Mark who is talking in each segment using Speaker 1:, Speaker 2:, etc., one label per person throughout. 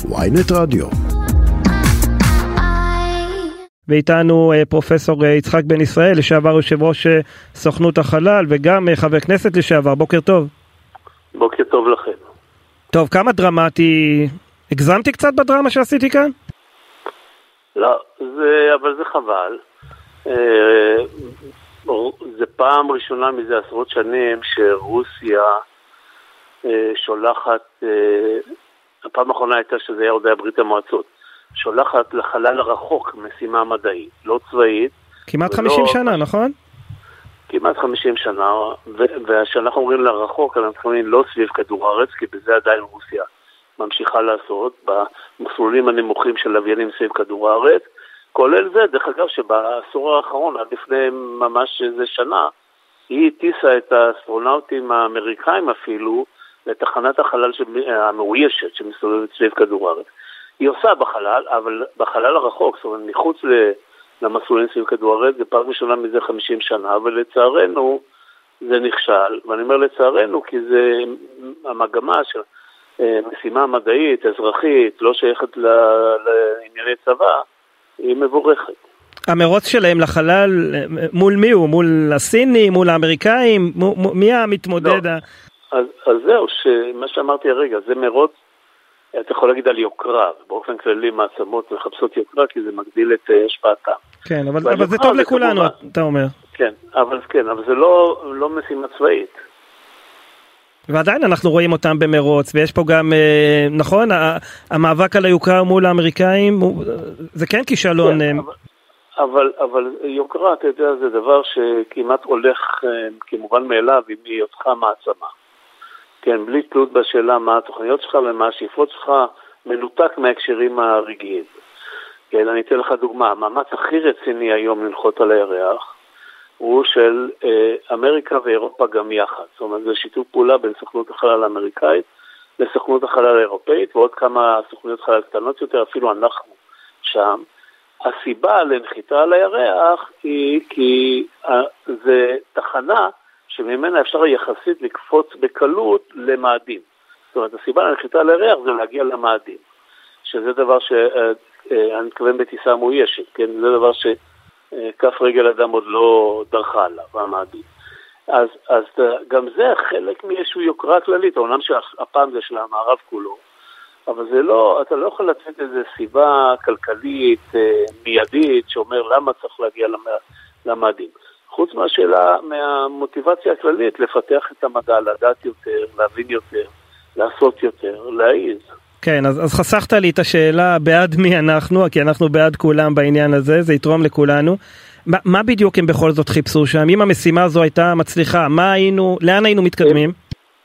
Speaker 1: ynet רדיו.
Speaker 2: ואיתנו פרופסור יצחק בן ישראל, לשעבר יושב ראש סוכנות החלל וגם חבר כנסת לשעבר. בוקר טוב.
Speaker 3: בוקר טוב לכם.
Speaker 2: טוב, כמה דרמטי, הגזמתי קצת בדרמה שעשיתי כאן?
Speaker 3: לא, אבל זה חבל. זה פעם ראשונה מזה עשרות שנים שרוסיה שולחת, הפעם האחרונה הייתה שזה היה עוד ברית המועצות, שולחת לחלל הרחוק משימה מדעית, לא צבאית.
Speaker 2: כמעט 50 שנה, נכון?
Speaker 3: כמעט 50 שנה, וכשאנחנו אומרים לרחוק, אנחנו מתכוונים לא סביב כדור הארץ, כי בזה עדיין רוסיה ממשיכה לעשות, במסלולים הנמוכים של לוויינים סביב כדור הארץ, כולל זה, דרך אגב, שבעשור האחרון, עד לפני ממש איזה שנה, היא טיסה את האסטרונאוטים האמריקאים אפילו, לתחנת החלל המאוישת שמסתובבת סביב כדור הארץ. היא עושה בחלל, אבל בחלל הרחוק, זאת אומרת, מחוץ למסלולים סביב כדור הארץ, זה פעם ראשונה מזה 50 שנה, ולצערנו זה נכשל. ואני אומר לצערנו, כי זה המגמה של משימה מדעית, אזרחית, לא שייכת לענייני צבא, היא מבורכת.
Speaker 2: המרוץ שלהם לחלל, מול מי הוא? מול הסינים, מול האמריקאים? מי המתמודד?
Speaker 3: אז זהו, מה שאמרתי הרגע, זה מרוץ, אתה יכול להגיד על יוקרה, באופן כללי מעצמות מחפשות יוקרה, כי זה מגדיל את השפעתם.
Speaker 2: כן, אבל זה טוב לכולנו, אתה אומר.
Speaker 3: כן, אבל זה לא משימה צבאית.
Speaker 2: ועדיין אנחנו רואים אותם במרוץ, ויש פה גם, נכון, המאבק על היוקרה מול האמריקאים, זה כן כישלון.
Speaker 3: כן, אבל יוקרה, אתה יודע, זה דבר שכמעט הולך כמובן מאליו, אם היא אותך מעצמה. כן, בלי תלות בשאלה מה התוכניות שלך ומה השאיפות שלך, מנותק מההקשרים הרגעיים. כן, אני אתן לך דוגמה, המאמץ הכי רציני היום לנחות על הירח, הוא של אמריקה ואירופה גם יחד. זאת אומרת, זה שיתוף פעולה בין סוכנות החלל האמריקאית לסוכנות החלל האירופאית, ועוד כמה סוכנויות חלל קטנות יותר, אפילו אנחנו שם. הסיבה לנחיתה על הירח היא כי זה תחנה שממנה אפשר יחסית לקפוץ בקלות למאדים. זאת אומרת, הסיבה לנחיתה על הירח זה להגיע למאדים, שזה דבר שאני מתכוון בטיסה מאוישת, כן? זה דבר שכף רגל אדם עוד לא דרכה עליו, המאדים. אז גם זה חלק מאיזשהו יוקרה כללית, העולם שהפעם זה של המערב כולו, אבל זה לא, אתה לא יכול לתת איזו סיבה כלכלית מיידית שאומר למה צריך להגיע למאדים. חוץ מהשאלה, מהמוטיבציה הכללית, לפתח את המדע, לדעת יותר, להבין יותר, לעשות יותר, להעיז.
Speaker 2: כן, אז חסכת לי את השאלה בעד מי אנחנו, כי אנחנו בעד כולם בעניין הזה, זה יתרום לכולנו. מה בדיוק הם בכל זאת חיפשו שם? אם המשימה הזו הייתה מצליחה, לאן היינו מתקדמים?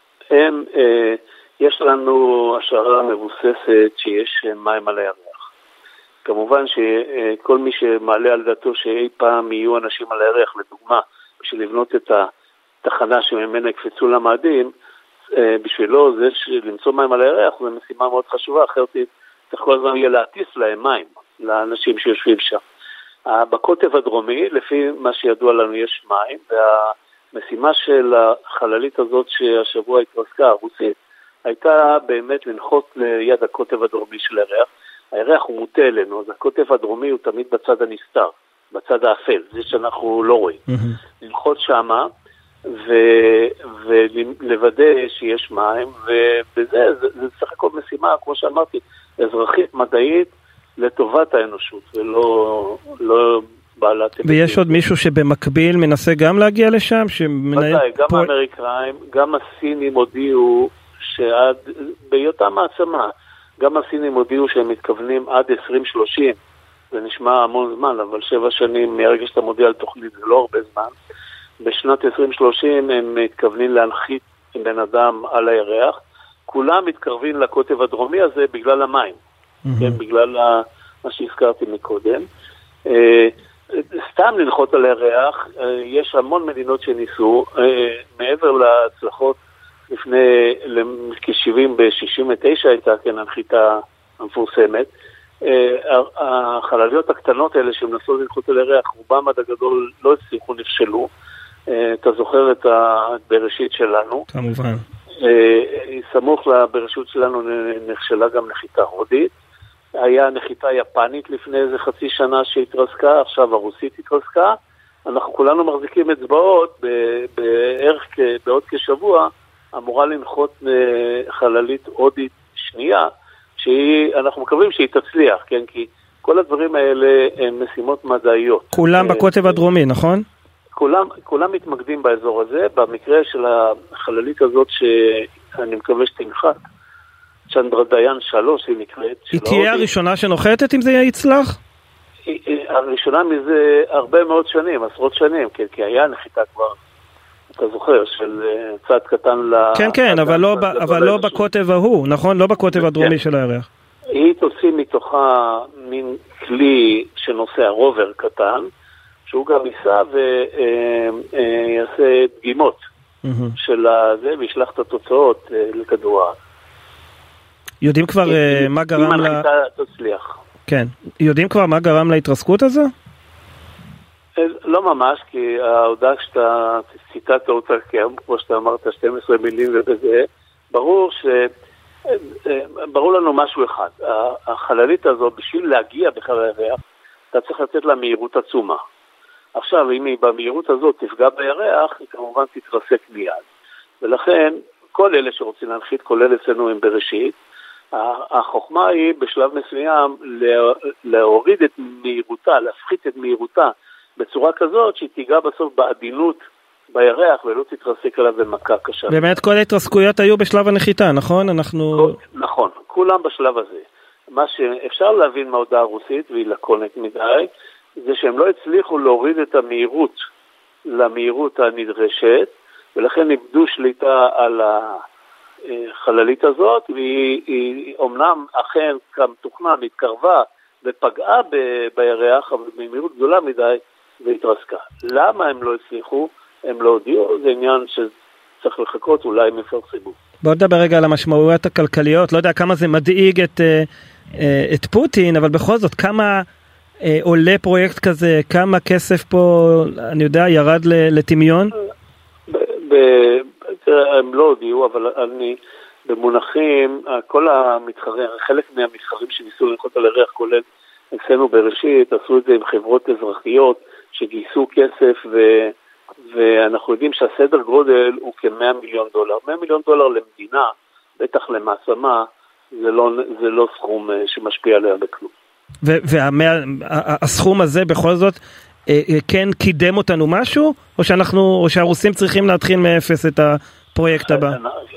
Speaker 3: יש לנו השערה מבוססת שיש מים על הירח. כמובן שכל מי שמעלה על דעתו שאי פעם יהיו אנשים על הירח, לדוגמה, בשביל לבנות את התחנה שממנה יקפצו למאדים, בשבילו זה למצוא מים על הירח זה משימה מאוד חשובה, אחרת צריך כל הזמן יהיה להטיס להם מים, לאנשים שיושבים שם. בקוטב הדרומי, לפי מה שידוע לנו, יש מים, והמשימה של החללית הזאת שהשבוע התרסקה, הרוסית, הייתה באמת לנחות ליד הקוטב הדרומי של הירח. הירח הוא מוטה אלינו, אז הקוטב הדרומי הוא תמיד בצד הנסתר, בצד האפל, זה שאנחנו לא רואים. לנחות שמה ולוודא שיש מים, ובזה זה סך הכל משימה, כמו שאמרתי, אזרחית, מדעית, לטובת האנושות, ולא בעלת...
Speaker 2: ויש עוד מישהו שבמקביל מנסה גם להגיע לשם?
Speaker 3: ודאי, גם האמריקאים, גם הסינים הודיעו שעד, בהיותם מעצמה, גם הסינים הודיעו שהם מתכוונים עד 2030, זה נשמע המון זמן, אבל 7 שנים מהרגע שאתה מודיע על תוכנית, זה לא הרבה זמן. בשנת 2030 הם מתכוונים להנחית בן אדם על הירח, כולם מתקרבים לקוטב הדרומי הזה בגלל המים, כן, בגלל מה שהזכרתי מקודם. סתם לנחות על הירח, יש המון מדינות שניסו, מעבר להצלחות לפני כ-70 ב-69 הייתה כן הנחיתה המפורסמת, החלליות הקטנות האלה שמנסות לנחות על הירח, רובם עד הגדול לא הצליחו, נפשלו. אתה זוכר את בראשית שלנו.
Speaker 2: כמובן.
Speaker 3: סמוך ברשות שלנו נכשלה גם נחיתה הודית, היה נחיתה יפנית לפני איזה חצי שנה שהתרסקה, עכשיו הרוסית התרסקה, אנחנו כולנו מחזיקים אצבעות, בעוד כשבוע אמורה לנחות חללית הודית שנייה, שאנחנו מקווים שהיא תצליח, כן? כי כל הדברים האלה הם משימות מדעיות.
Speaker 2: כולם בקוטב הדרומי, נכון?
Speaker 3: כולם מתמקדים באזור הזה, במקרה של החללית הזאת שאני מקווה שתנחת, צ'נדרדיין 3 היא נקראת.
Speaker 2: היא תהיה הראשונה שנוחתת אם זה יצלח?
Speaker 3: הראשונה מזה הרבה מאוד שנים, עשרות שנים, כי היה נחיתה כבר, אתה זוכר, של צעד קטן
Speaker 2: כן, כן, אבל לא בקוטב ההוא, נכון? לא בקוטב הדרומי של הירח.
Speaker 3: היא תוציא מתוכה מין כלי שנוסע רובר קטן, שהוא גם ייסע ויעשה דגימות של זה, וישלח את התוצאות לכדור הארץ.
Speaker 2: יודעים כבר מה גרם
Speaker 3: אם הנחיתה תצליח.
Speaker 2: כן. יודעים כבר מה גרם להתרסקות הזו?
Speaker 3: לא ממש, כי ההודעה שאתה ציטטת אותה, כמו שאתה אמרת, 12 מילים ובזה, ברור לנו משהו אחד. החללית הזו, בשביל להגיע בכלל הירח, אתה צריך לתת לה מהירות עצומה. עכשיו, אם היא במהירות הזאת תפגע בירח, היא כמובן תתרסק מיד. ולכן, כל אלה שרוצים להנחית, כולל אצלנו עם בראשית, החוכמה היא בשלב מסוים להוריד את מהירותה, להפחית את מהירותה בצורה כזאת שהיא תיגע בסוף בעדינות בירח ולא תתרסק עליו במכה קשה.
Speaker 2: באמת כל ההתרסקויות היו בשלב הנחיתה, נכון?
Speaker 3: נכון, כולם בשלב הזה. מה שאפשר להבין מההודעה הרוסית, והיא לקונית מדי, זה שהם לא הצליחו להוריד את המהירות למהירות הנדרשת, ולכן איבדו שליטה על החללית הזאת, והיא אומנם אכן כמתוכנן התקרבה ופגעה בירח, אבל במהירות גדולה מדי והתרסקה. למה הם לא הצליחו? הם לא הודיעו, זה עניין שצריך לחכות, אולי הם יפרסמו.
Speaker 2: בוא נדבר רגע על המשמעויות הכלכליות, לא יודע כמה זה מדאיג את פוטין, אבל בכל זאת כמה עולה פרויקט כזה, כמה כסף פה, אני יודע, ירד לטמיון?
Speaker 3: הם לא הודיעו, אבל אני במונחים, כל המתחרים, חלק מהמתחרים שניסו לנחות על הירח, כולל אצלנו בראשית, עשו את זה עם חברות אזרחיות שגייסו כסף, ואנחנו יודעים שהסדר גודל הוא כ$100 מיליון. $100 מיליון למדינה, בטח למעצמה, זה לא סכום שמשפיע עליה בכלום.
Speaker 2: והסכום הזה בכל זאת כן קידם אותנו משהו, או שהרוסים צריכים להתחיל מאפס את הפרויקט הבא?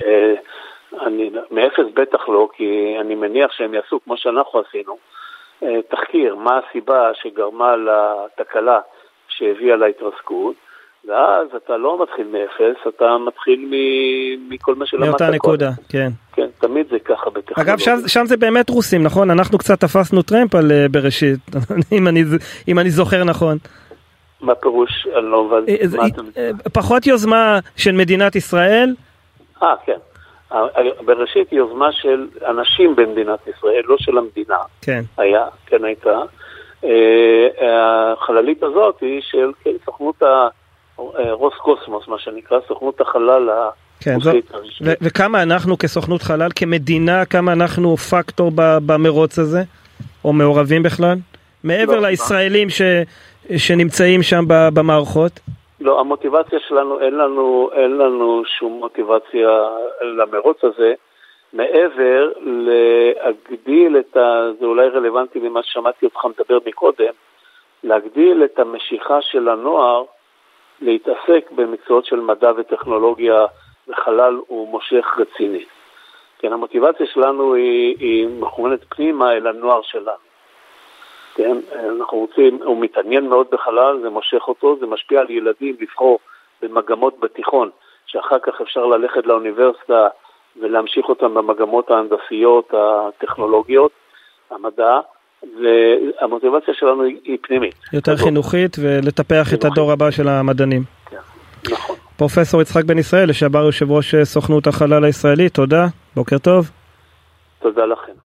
Speaker 3: מאפס בטח לא, כי אני מניח שהם יעשו כמו שאנחנו עשינו, תחקיר מה הסיבה שגרמה לתקלה שהביאה להתרסקות, ואז אתה לא מתחיל מאפס, אתה מתחיל מכל מה שלמדת.
Speaker 2: מאותה נקודה, כן.
Speaker 3: כן, תמיד זה ככה בטכנולוגיה.
Speaker 2: אגב, שם זה באמת רוסים, נכון? אנחנו קצת תפסנו טרמפ על בראשית, אם אני זוכר נכון.
Speaker 3: מה פירוש?
Speaker 2: פחות יוזמה של מדינת ישראל?
Speaker 3: כן. בראשית יוזמה של אנשים במדינת ישראל, לא של המדינה.
Speaker 2: כן.
Speaker 3: הייתה. החללית הזאת היא של סוכנות רוס קוסמוס, מה שנקרא, סוכנות החלל הרוסית.
Speaker 2: וכמה אנחנו כסוכנות חלל, כמדינה, כמה אנחנו פקטור במרוץ הזה, או מעורבים בכלל? מעבר לישראלים שנמצאים שם במערכות?
Speaker 3: לא, המוטיבציה שלנו, אין לנו שום מוטיבציה למרוץ הזה, מעבר להגדיל זה אולי רלוונטי ממה ששמעתי אותך מדבר מקודם, להגדיל את המשיכה של הנוער להתעסק במקצועות של מדע וטכנולוגיה וחלל הוא מושך רציני. כן, המוטיבציה שלנו היא מכוונת פנימה אל הנוער שלנו. כן, אנחנו רוצים, הוא מתעניין מאוד בחלל, זה מושך אותו, זה משפיע על ילדים לבחור במגמות בתיכון, שאחר כך אפשר ללכת לאוניברסיטה ולהמשיך אותם במגמות ההנדסיות, הטכנולוגיות, המדע, והמוטיבציה שלנו היא פנימית.
Speaker 2: יותר חינוכית ולטפח את הדור הבא של המדענים.
Speaker 3: כן, נכון.
Speaker 2: פרופסור יצחק בן ישראל, לשעבר יושב ראש סוכנות החלל הישראלית, תודה, בוקר טוב.
Speaker 3: תודה לכם.